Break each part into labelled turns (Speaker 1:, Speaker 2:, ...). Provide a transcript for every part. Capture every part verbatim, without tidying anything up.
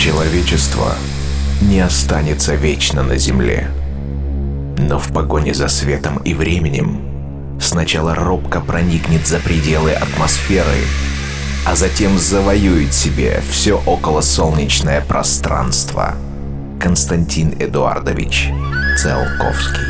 Speaker 1: Человечество не останется вечно на Земле. Но в погоне за светом и временем сначала робко проникнет за пределы атмосферы, а затем завоюет себе все околосолнечное пространство. Константин Эдуардович Циолковский.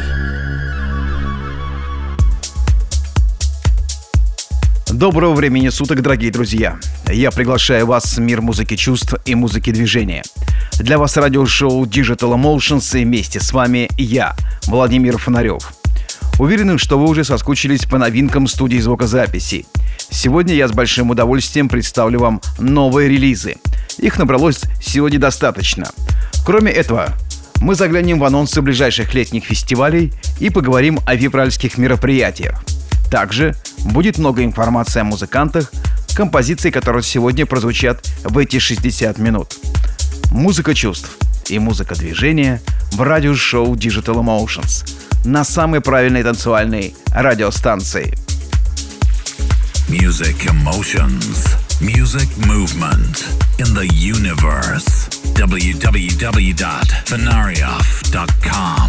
Speaker 2: Доброго времени суток, дорогие друзья! Я приглашаю вас в мир музыки чувств и музыки движения. Для вас радиошоу Digital Emotions, и вместе с вами я, Владимир Фонарев. Уверен, что вы уже соскучились по новинкам студии звукозаписи. Сегодня я с большим удовольствием представлю вам новые релизы. Их набралось сегодня достаточно. Кроме этого, мы заглянем в анонсы ближайших летних фестивалей и поговорим о февральских мероприятиях. Также будет много информации о музыкантах, композиции, которые сегодня прозвучат в эти шестьдесят минут. Музыка чувств и музыка движения в радиошоу Digital Emotions на самой правильной танцевальной радиостанции.
Speaker 3: Music emotions, music movement in the universe. дабл ю дабл ю дабл ю dot fenarioff dot com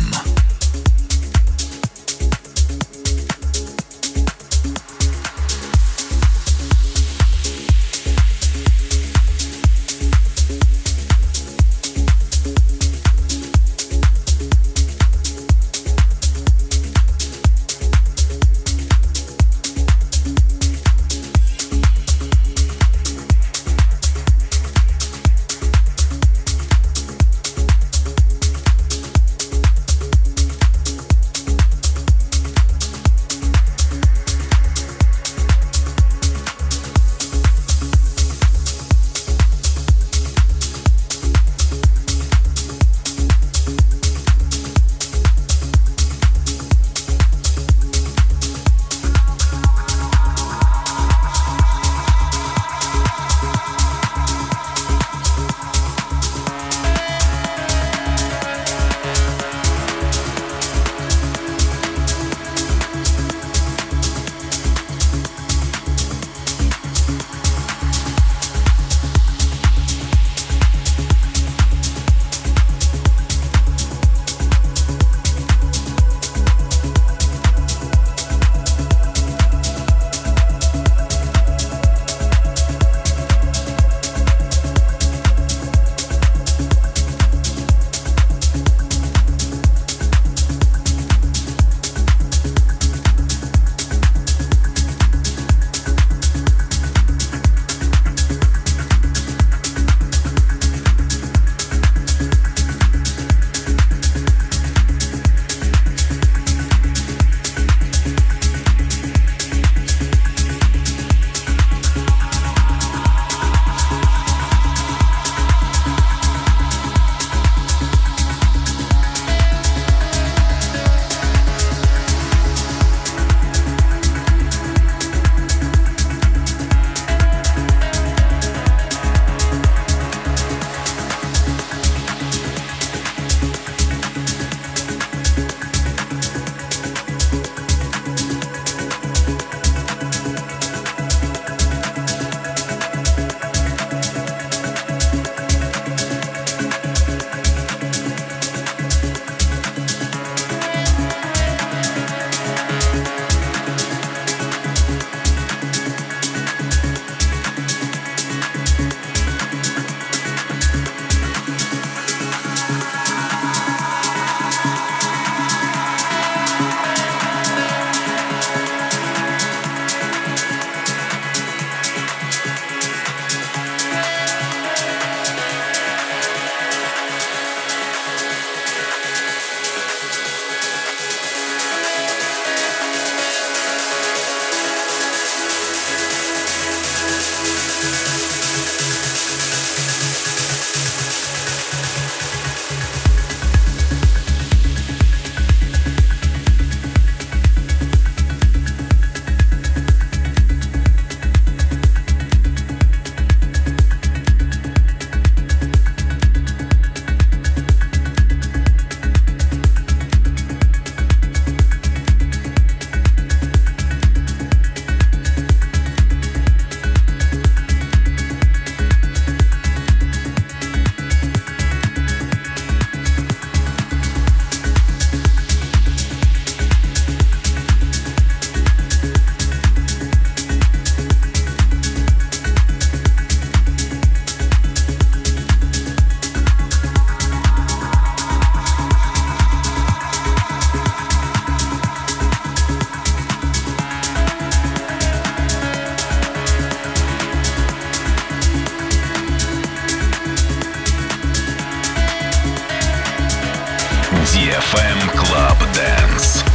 Speaker 3: эф эм Club Dance.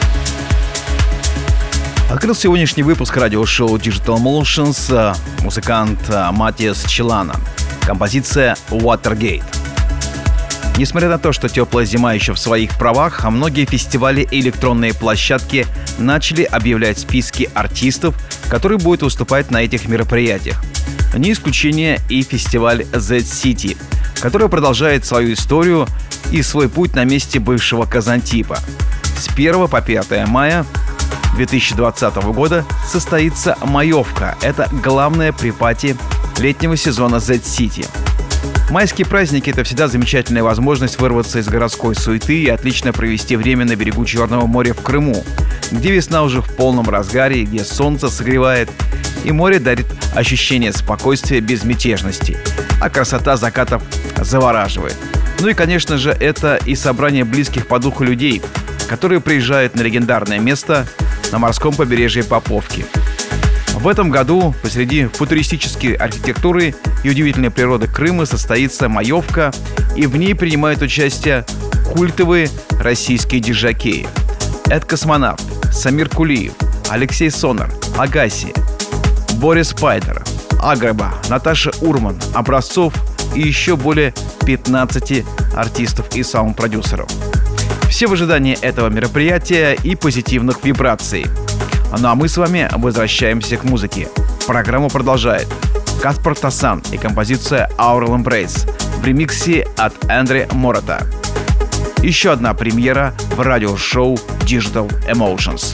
Speaker 2: Открыл сегодняшний выпуск радиошоу Digital Motions музыкант Матиас Челана. Композиция Watergate. Несмотря на то, что теплая зима еще в своих правах, а многие фестивали и электронные площадки начали объявлять списки артистов, которые будут выступать на этих мероприятиях. Не исключение и фестиваль Z-City, который продолжает свою историю и свой путь на месте бывшего Казантипа. С первого по пятое мая две тысячи двадцатого года состоится маевка. Это главное припати летнего сезона Z-City. Майские праздники — это всегда замечательная возможность вырваться из городской суеты и отлично провести время на берегу Черного моря в Крыму, где весна уже в полном разгаре, где солнце согревает, и море дарит ощущение спокойствия, безмятежности, а красота закатов завораживает. Ну и, конечно же, это и собрание близких по духу людей, которые приезжают на легендарное место на морском побережье Поповки. В этом году посреди футуристической архитектуры и удивительной природы Крыма состоится маевка, и в ней принимают участие культовые российские диджакеи. Эд Космонавт, Самир Кулиев, Алексей Сонар, Агаси, Борис Спайдер, Аграба, Наташа Урман, Образцов и еще более пятнадцати артистов и саунд-продюсеров. Все в ожидании этого мероприятия и позитивных вибраций. Ну а мы с вами возвращаемся к музыке. Программу продолжает Каспар Тасан и композиция Aural Embrace в ремиксе от Андре Мората. Еще одна премьера в радиошоу Digital Emotions.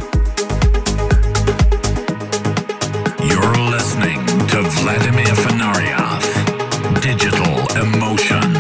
Speaker 3: You're listening to Vladimir Fenarioff, Digital Emotions.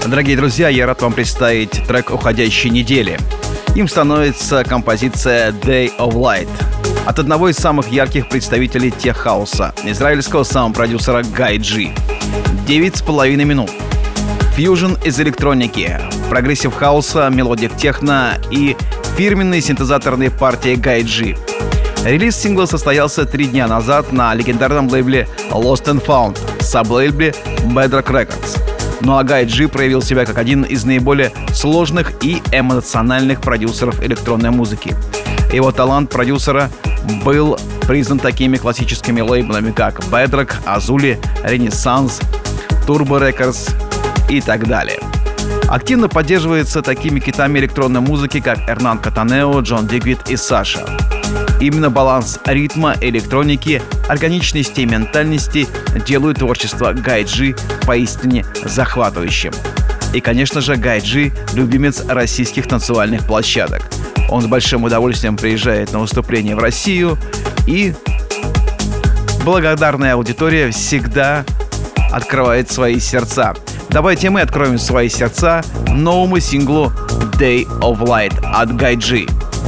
Speaker 2: Дорогие друзья, я рад вам представить трек уходящей недели. Им становится композиция Day of Light от одного из самых ярких представителей тех-хауса, израильского саунд-продюсера Guy G. Девять с половиной минут. Фьюжн из электроники, прогрессив хауса, мелодик техно и фирменные синтезаторные партии Guy G. Релиз сингла состоялся три дня назад на легендарном лейбле Lost and Found, саб-лейбле Bedrock Records. Ну а Guy G проявил себя как один из наиболее сложных и эмоциональных продюсеров электронной музыки. Его талант продюсера был признан такими классическими лейблами, как Bedrock, Azuli, Renaissance, Turbo Records и так далее. Активно поддерживается такими китами электронной музыки, как Эрнан Катанео, Джон Дигвид и Саша. Именно баланс ритма, электроники, органичности и ментальности делают творчество Guy G поистине захватывающим. И, конечно же, Guy G — любимец российских танцевальных площадок. Он с большим удовольствием приезжает на выступления в Россию, и благодарная аудитория всегда открывает свои сердца. Давайте мы откроем свои сердца новому синглу Day of Light от Guy G.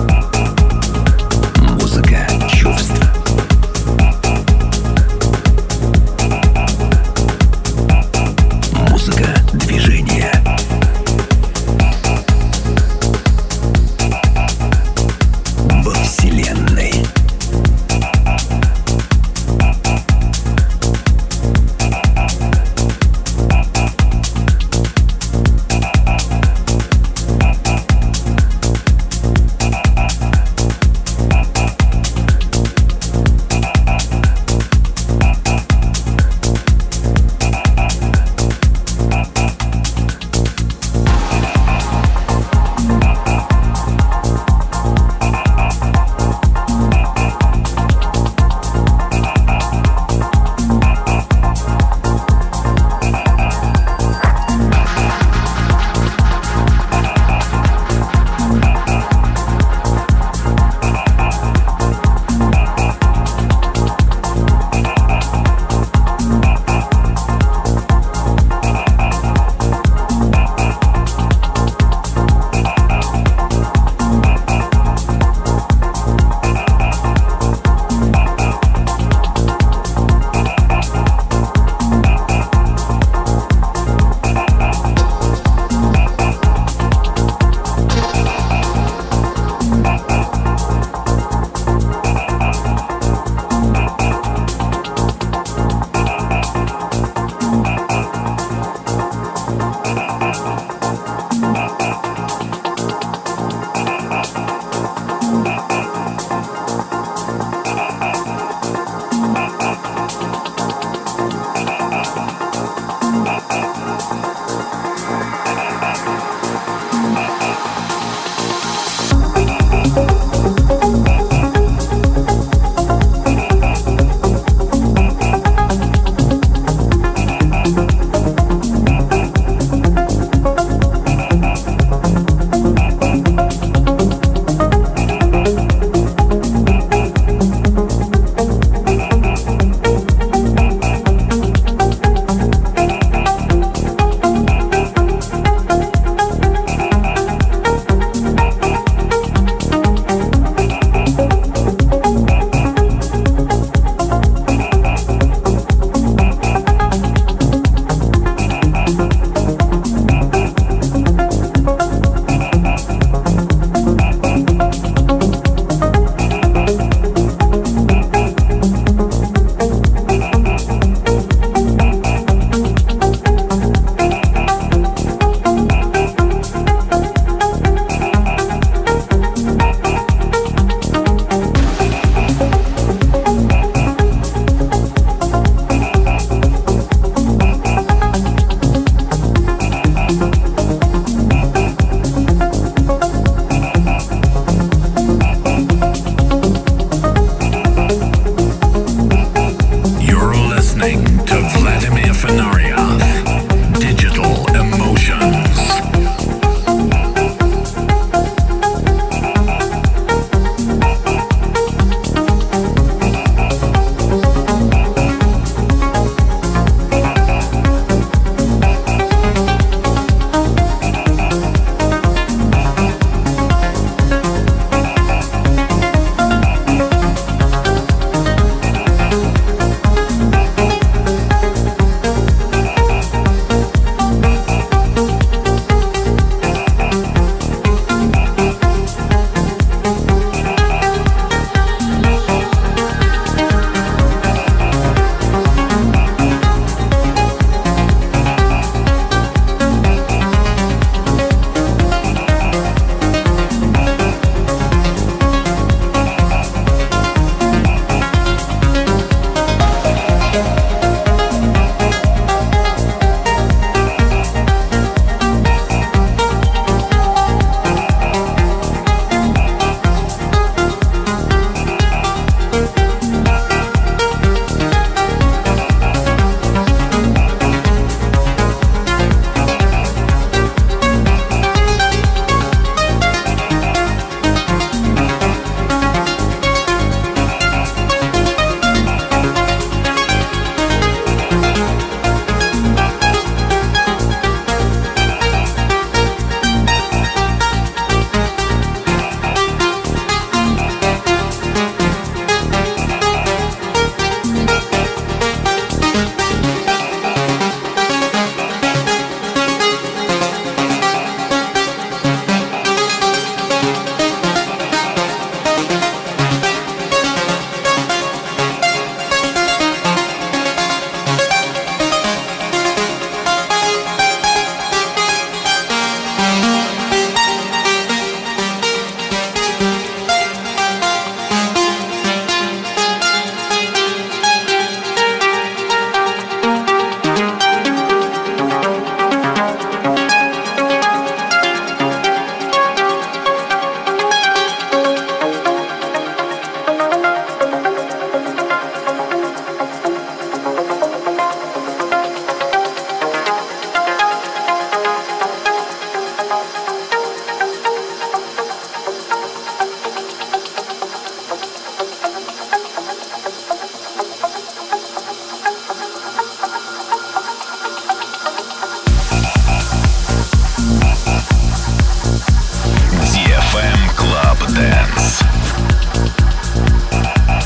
Speaker 3: Музыка чувств. Музыка движения. Во вселенной.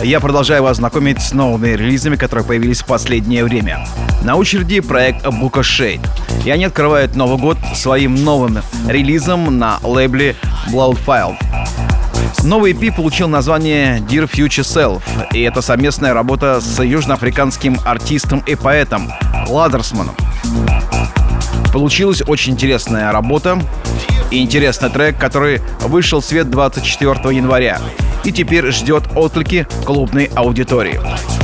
Speaker 2: я продолжаю вас знакомить с новыми релизами, которые появились в последнее время. На очереди проект Buka Shade, и они открывают Новый год своим новым релизом на лейбле Bloodfile. Новый и пи получил название Dear Future Self, и это совместная работа с южноафриканским артистом и поэтом Ладерсманом. Получилась очень интересная работа и интересный трек, который вышел в свет двадцать четвёртого января и теперь ждет отклики клубной аудитории.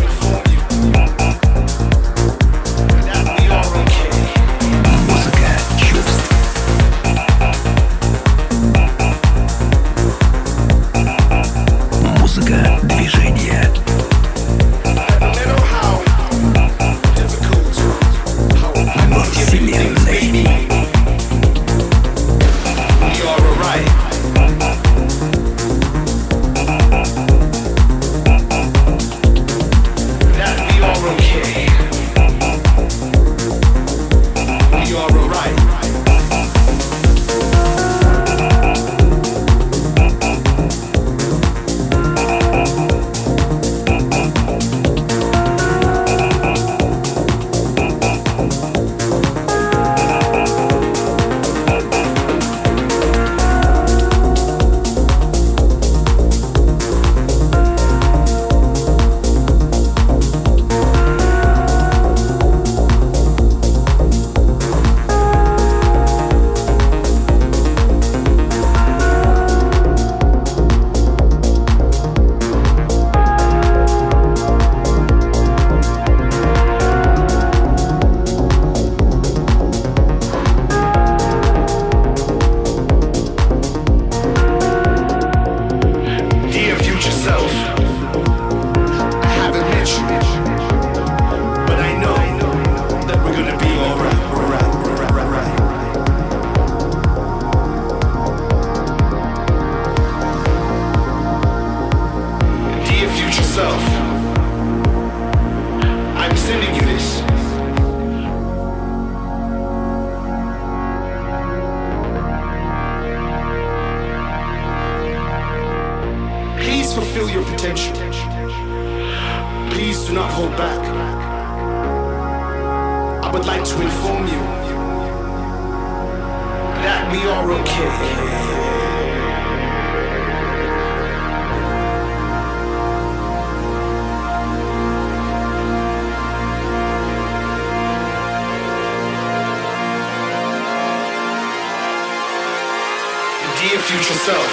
Speaker 4: Dear future self,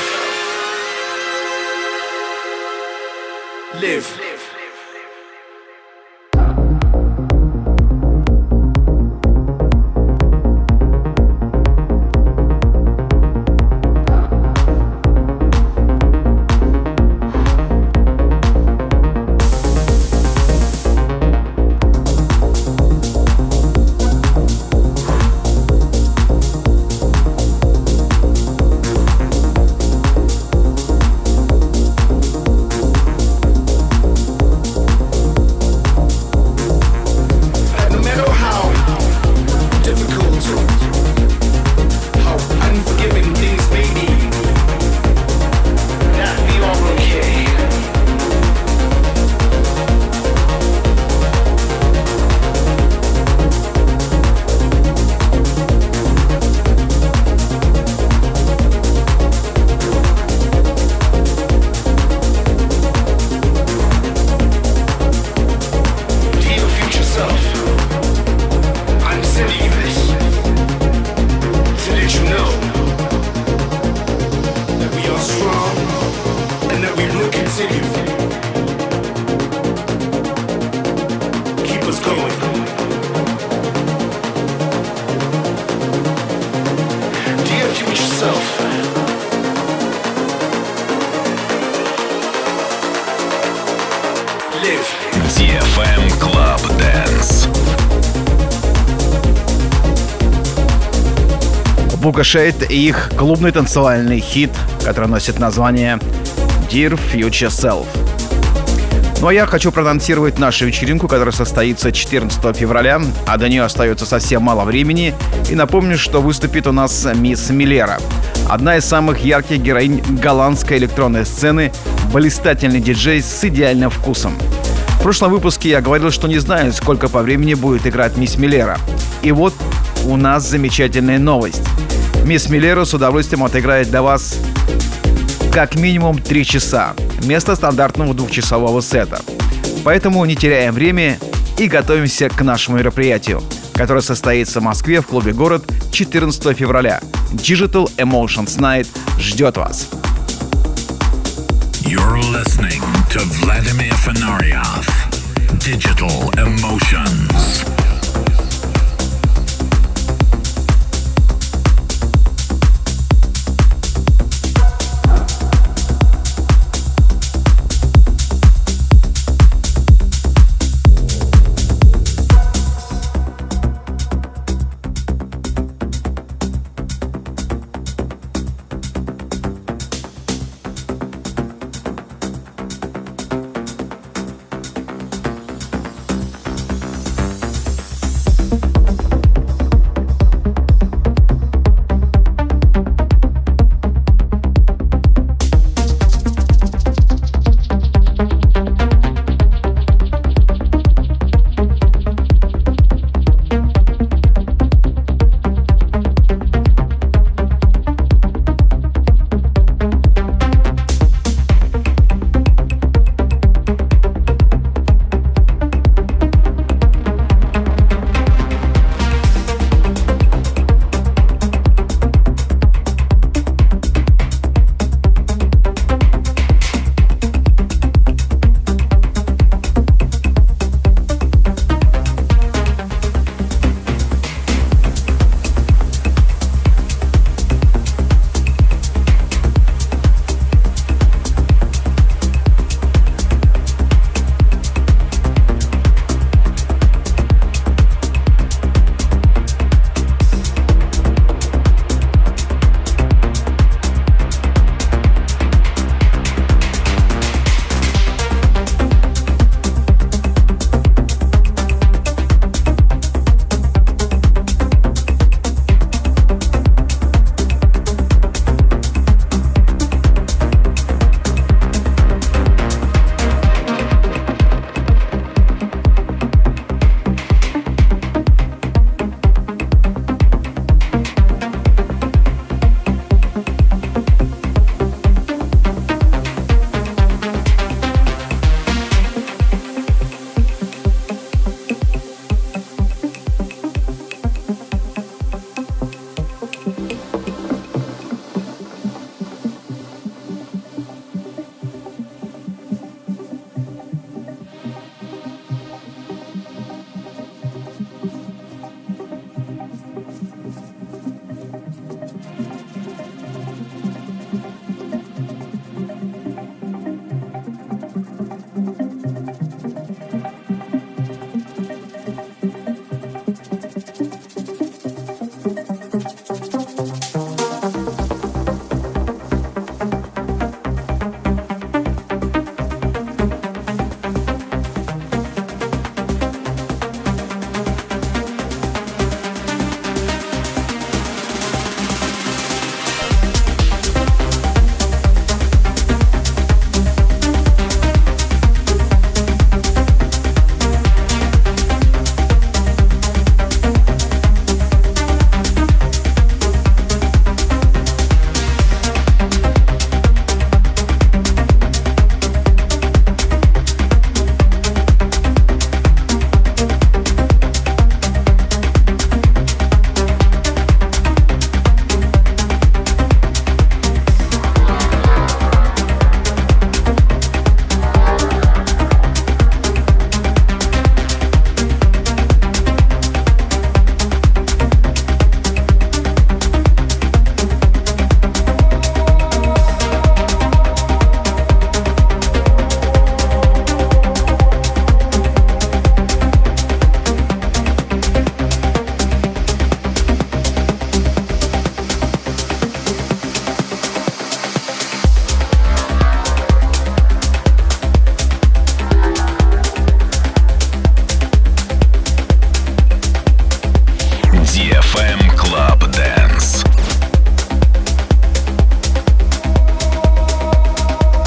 Speaker 4: live.
Speaker 3: ди эф эм Club Dance.
Speaker 2: Buka Shade и их клубный танцевальный хит, который носит название Dear Future Self. Ну а я хочу проанонсировать нашу вечеринку, которая состоится четырнадцатого февраля, а до нее остается совсем мало времени. И напомню, что выступит у нас мисс Милера, одна из самых ярких героинь голландской электронной сцены, блистательный диджей с идеальным вкусом. В прошлом выпуске я говорил, что не знаю, сколько по времени будет играть мисс Милера. И вот у нас замечательная новость. Мисс Милера с удовольствием отыграет для вас как минимум три часа вместо стандартного двухчасового сета. Поэтому не теряем время и готовимся к нашему мероприятию, которое состоится в Москве в клубе «Город» четырнадцатого февраля. Digital Emotions Night ждет вас.
Speaker 3: You're listening to Vladimir Fenarioff, Digital Emotions.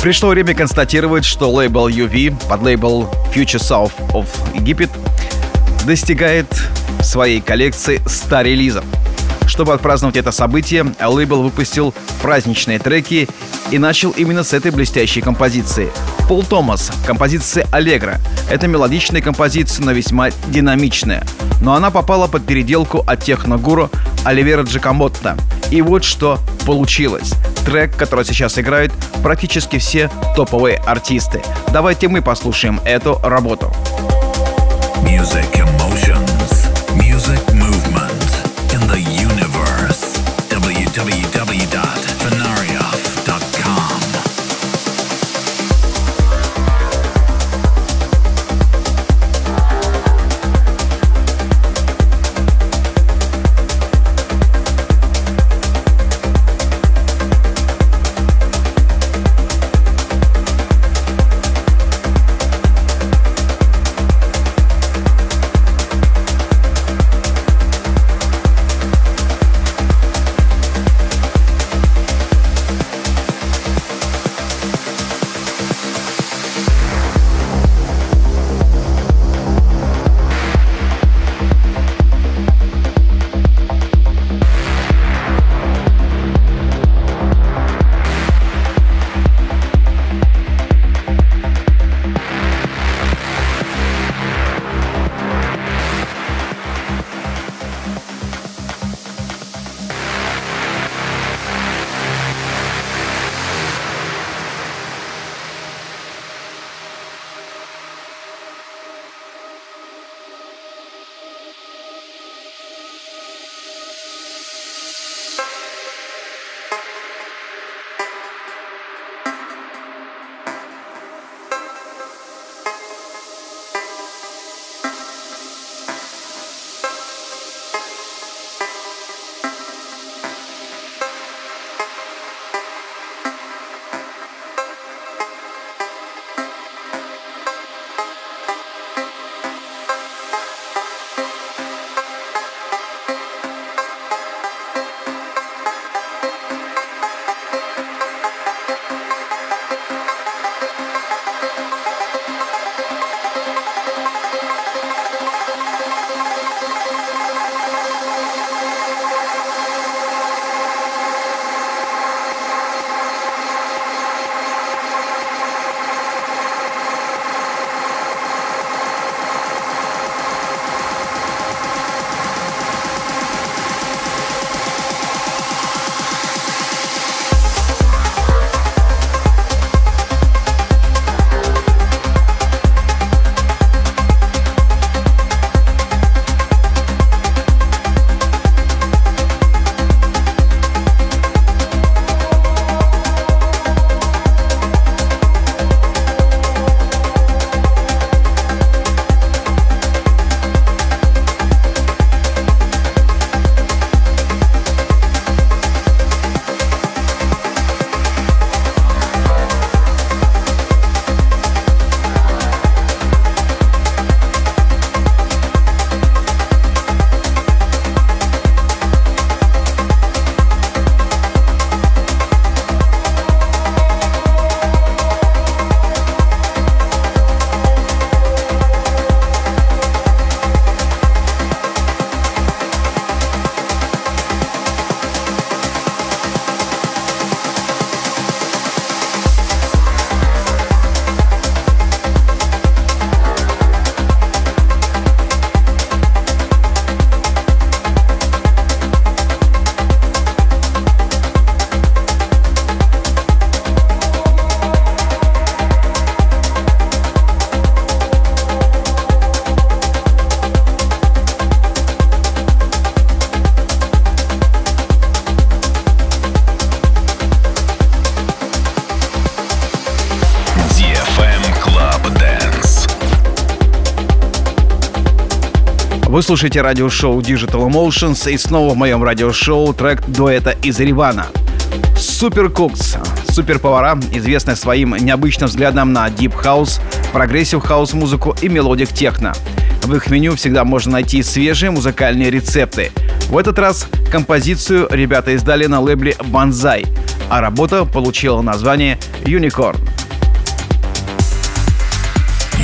Speaker 2: Пришло время констатировать, что лейбл ю ви под лейбл Future South of Egypt достигает своей коллекции ста релизов. Чтобы отпраздновать это событие, лейбл выпустил праздничные треки и начал именно с этой блестящей композиции. Пол Томас, композиция «Аллегро». Это мелодичная композиция, но весьма динамичная. Но она попала под переделку от техно-гуру Оливера Джакомотто. И вот что получилось. Трек, который сейчас играют практически все топовые артисты. Давайте мы послушаем эту работу.
Speaker 3: Music emotions, music movement in the universe. дабл ю дабл ю дабл ю dot fenarioff dot com.
Speaker 2: Вы слушаете радиошоу Digital Emotions, и снова в моем радиошоу трек дуэта из Еревана. Супер Кукс, суперповара, известные своим необычным взглядом на дип хаус, прогрессив хаус музыку и мелодик техно. В их меню всегда можно найти свежие музыкальные рецепты. В этот раз композицию ребята издали на лейбле Banzai, а работа получила название Unicorn.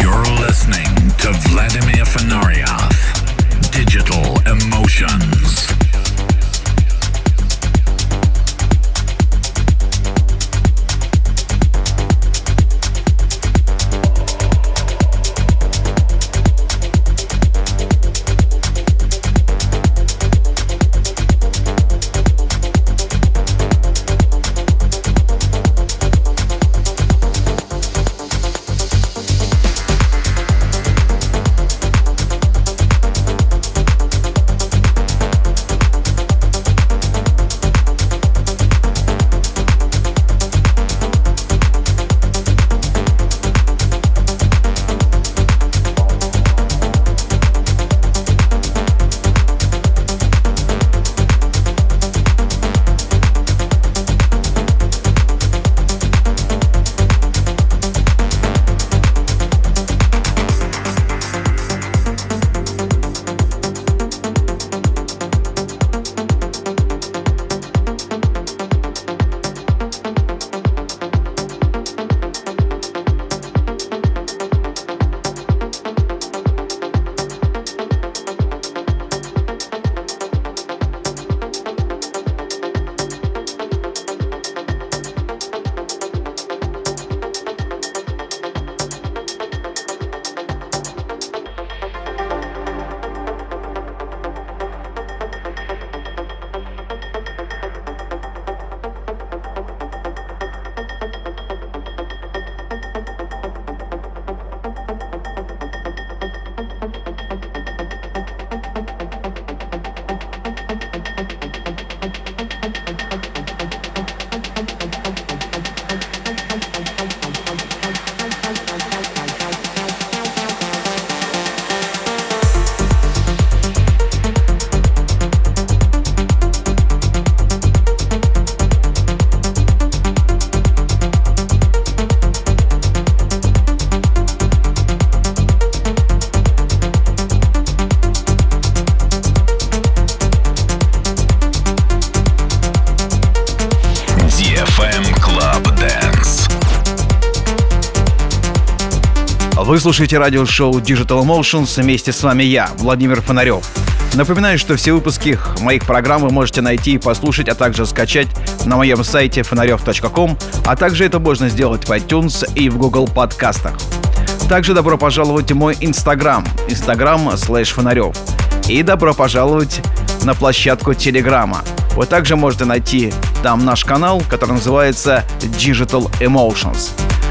Speaker 2: Вы слушаете радиошоу Digital Emotions, вместе с вами я, Владимир Фонарев. Напоминаю, что все выпуски моих программ вы можете найти и послушать, а также скачать на моем сайте фонарев точка ком, а также это можно сделать в iTunes и в Google подкастах. Также добро пожаловать в мой Инстаграм, Инстаграм слэш Фонарев. И добро пожаловать на площадку Телеграма. Вы также можете найти там наш канал, который называется Digital Emotions.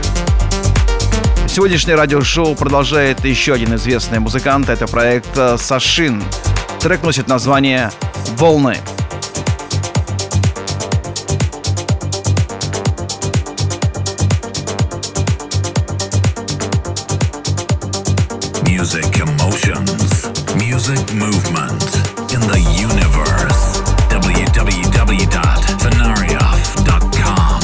Speaker 2: Сегодняшнее радиошоу продолжает еще один известный музыкант. Это проект Сашин. Трек носит название «Волны».
Speaker 3: Music emotions, music movement in the universe. w w w dot fenarioff dot com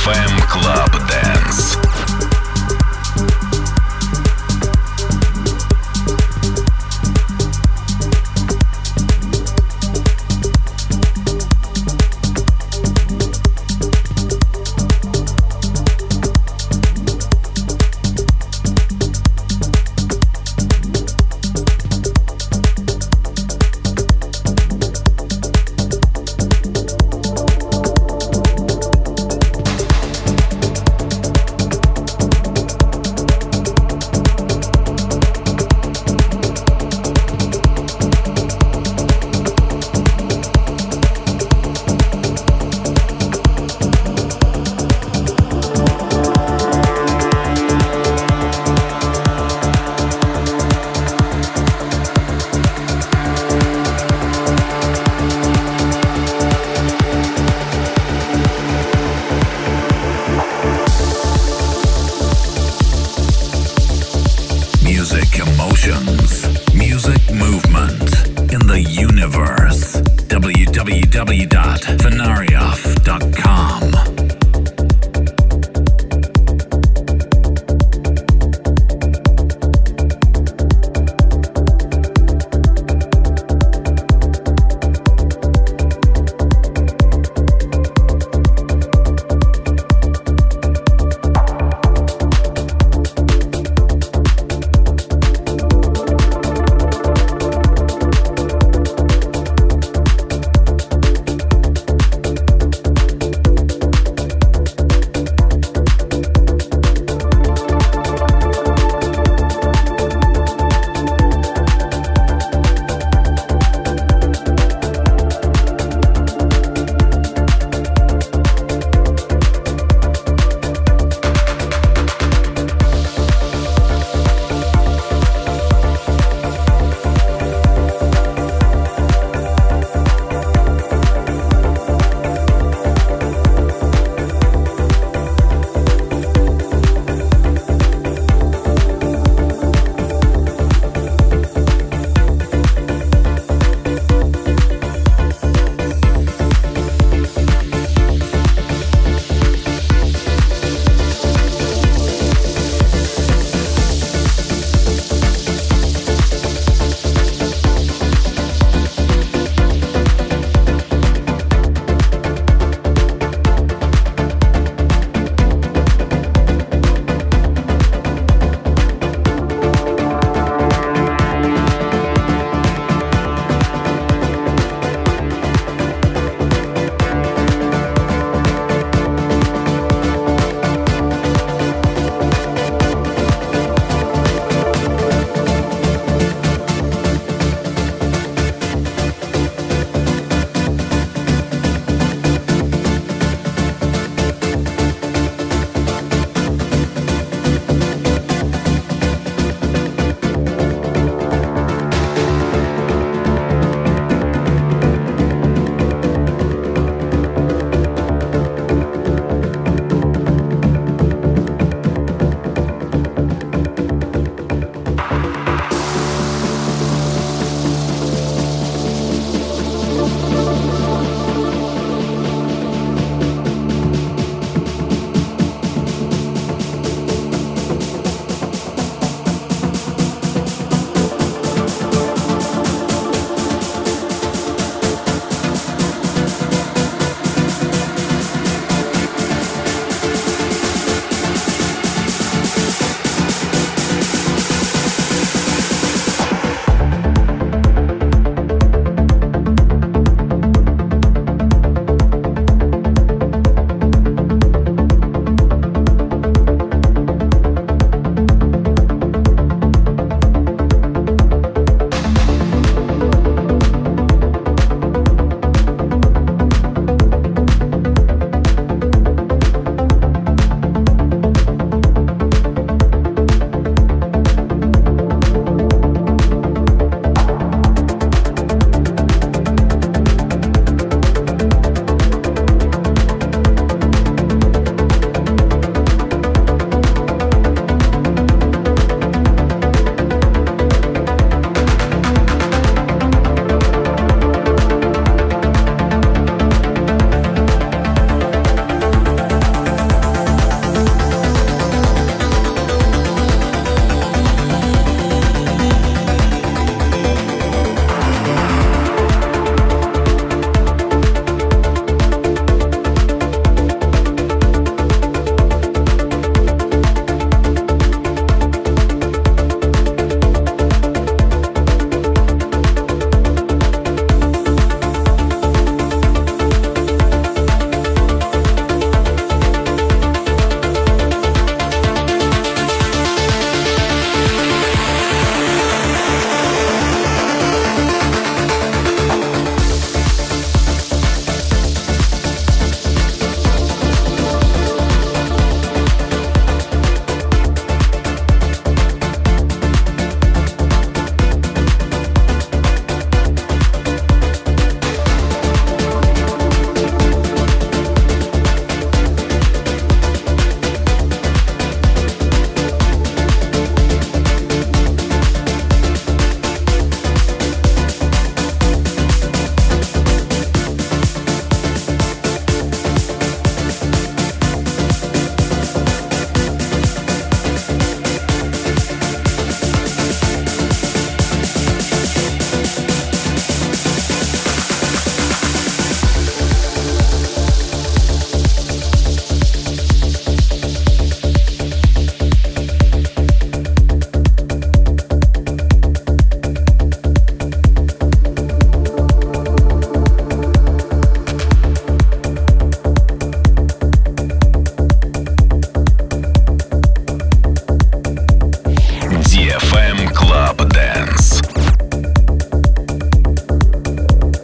Speaker 1: эф эм Club Dance.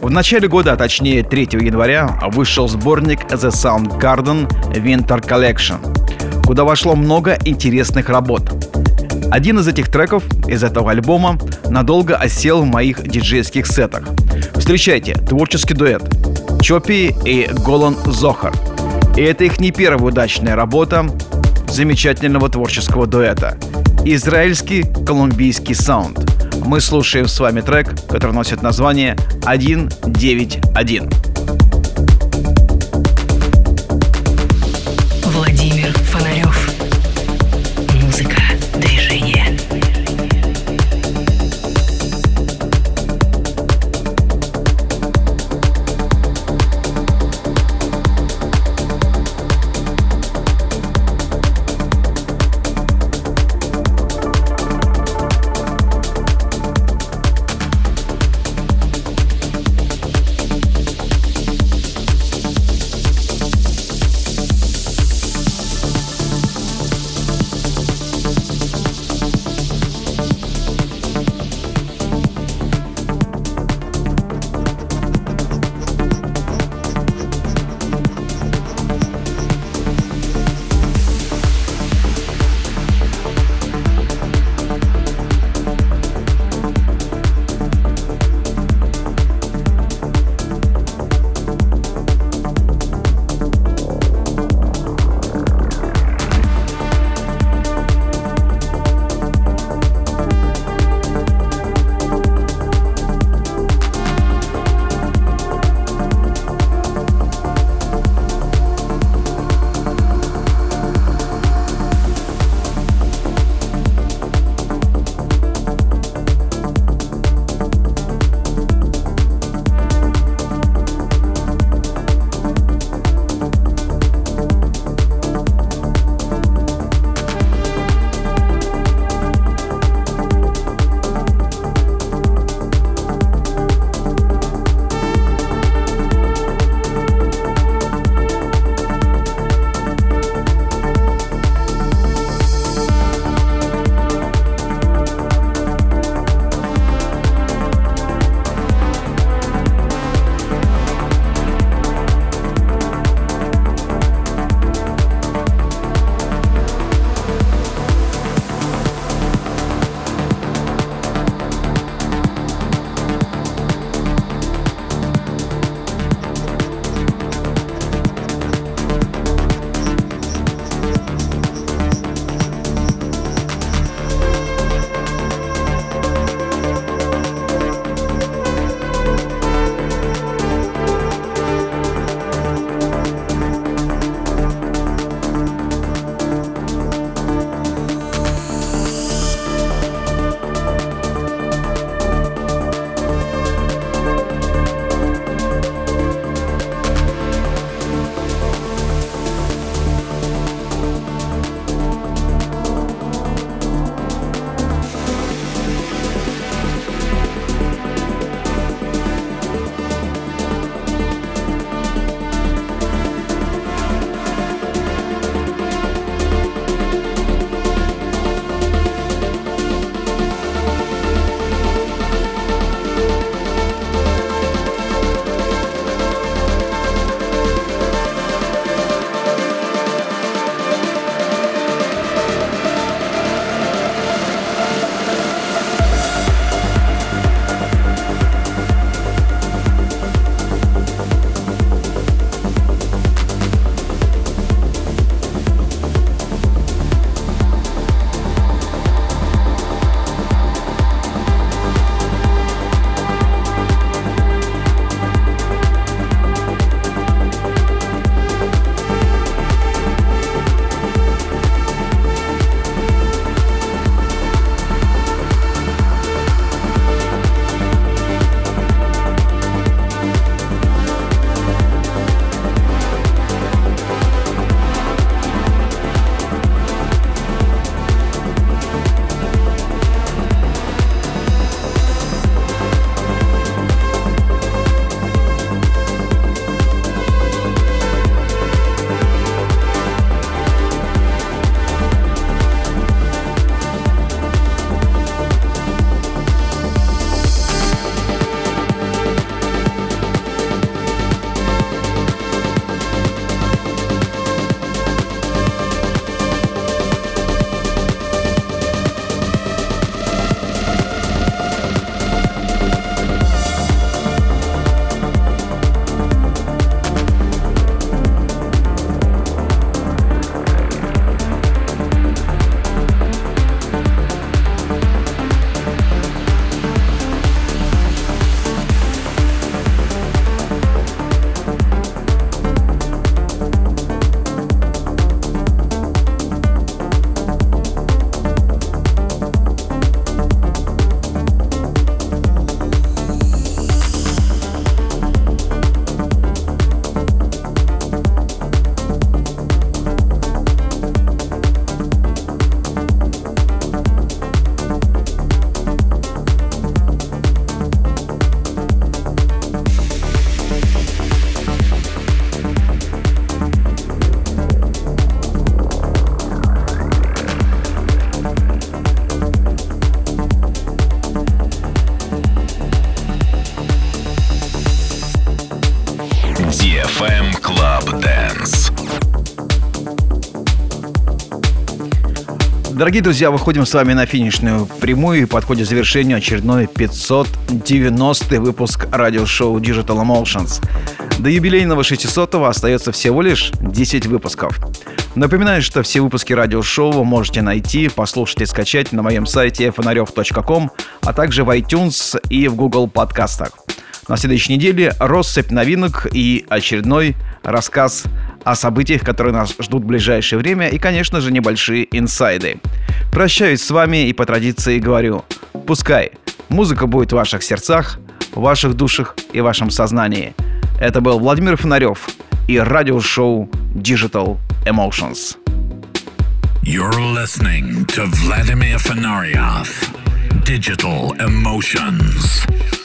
Speaker 2: В начале года, а точнее третьего января, вышел сборник The Soundgarden Winter Collection, куда вошло много интересных работ. Один из этих треков из этого альбома надолго осел в моих диджейских сетах. Встречайте творческий дуэт Чопи и Голан Зохар. И это их не первая удачная работа замечательного творческого дуэта. Израильский колумбийский саунд. Мы слушаем с вами трек, который носит название один девять один.
Speaker 4: Владимир Фонарев. Музыка, движение.
Speaker 2: Дорогие друзья, выходим с вами на финишную прямую и подходит к завершению очередной пятьсот девяностый выпуск радиошоу Digital Emotions. До юбилейного шестисотого остается всего лишь десять выпусков. Напоминаю, что все выпуски радиошоу вы можете найти, послушать и скачать на моем сайте фонарев точка ком, а также в iTunes и в Google подкастах. На следующей неделе россыпь новинок и очередной рассказ о событиях, которые нас ждут в ближайшее время, и, конечно же, небольшие инсайды. Прощаюсь с вами и по традиции говорю: пускай музыка будет в ваших сердцах, в ваших душах и в вашем сознании. Это был Владимир Фонарев и радиошоу Digital Emotions.
Speaker 3: You're listening to Vladimir Fenarioff, Digital Emotions.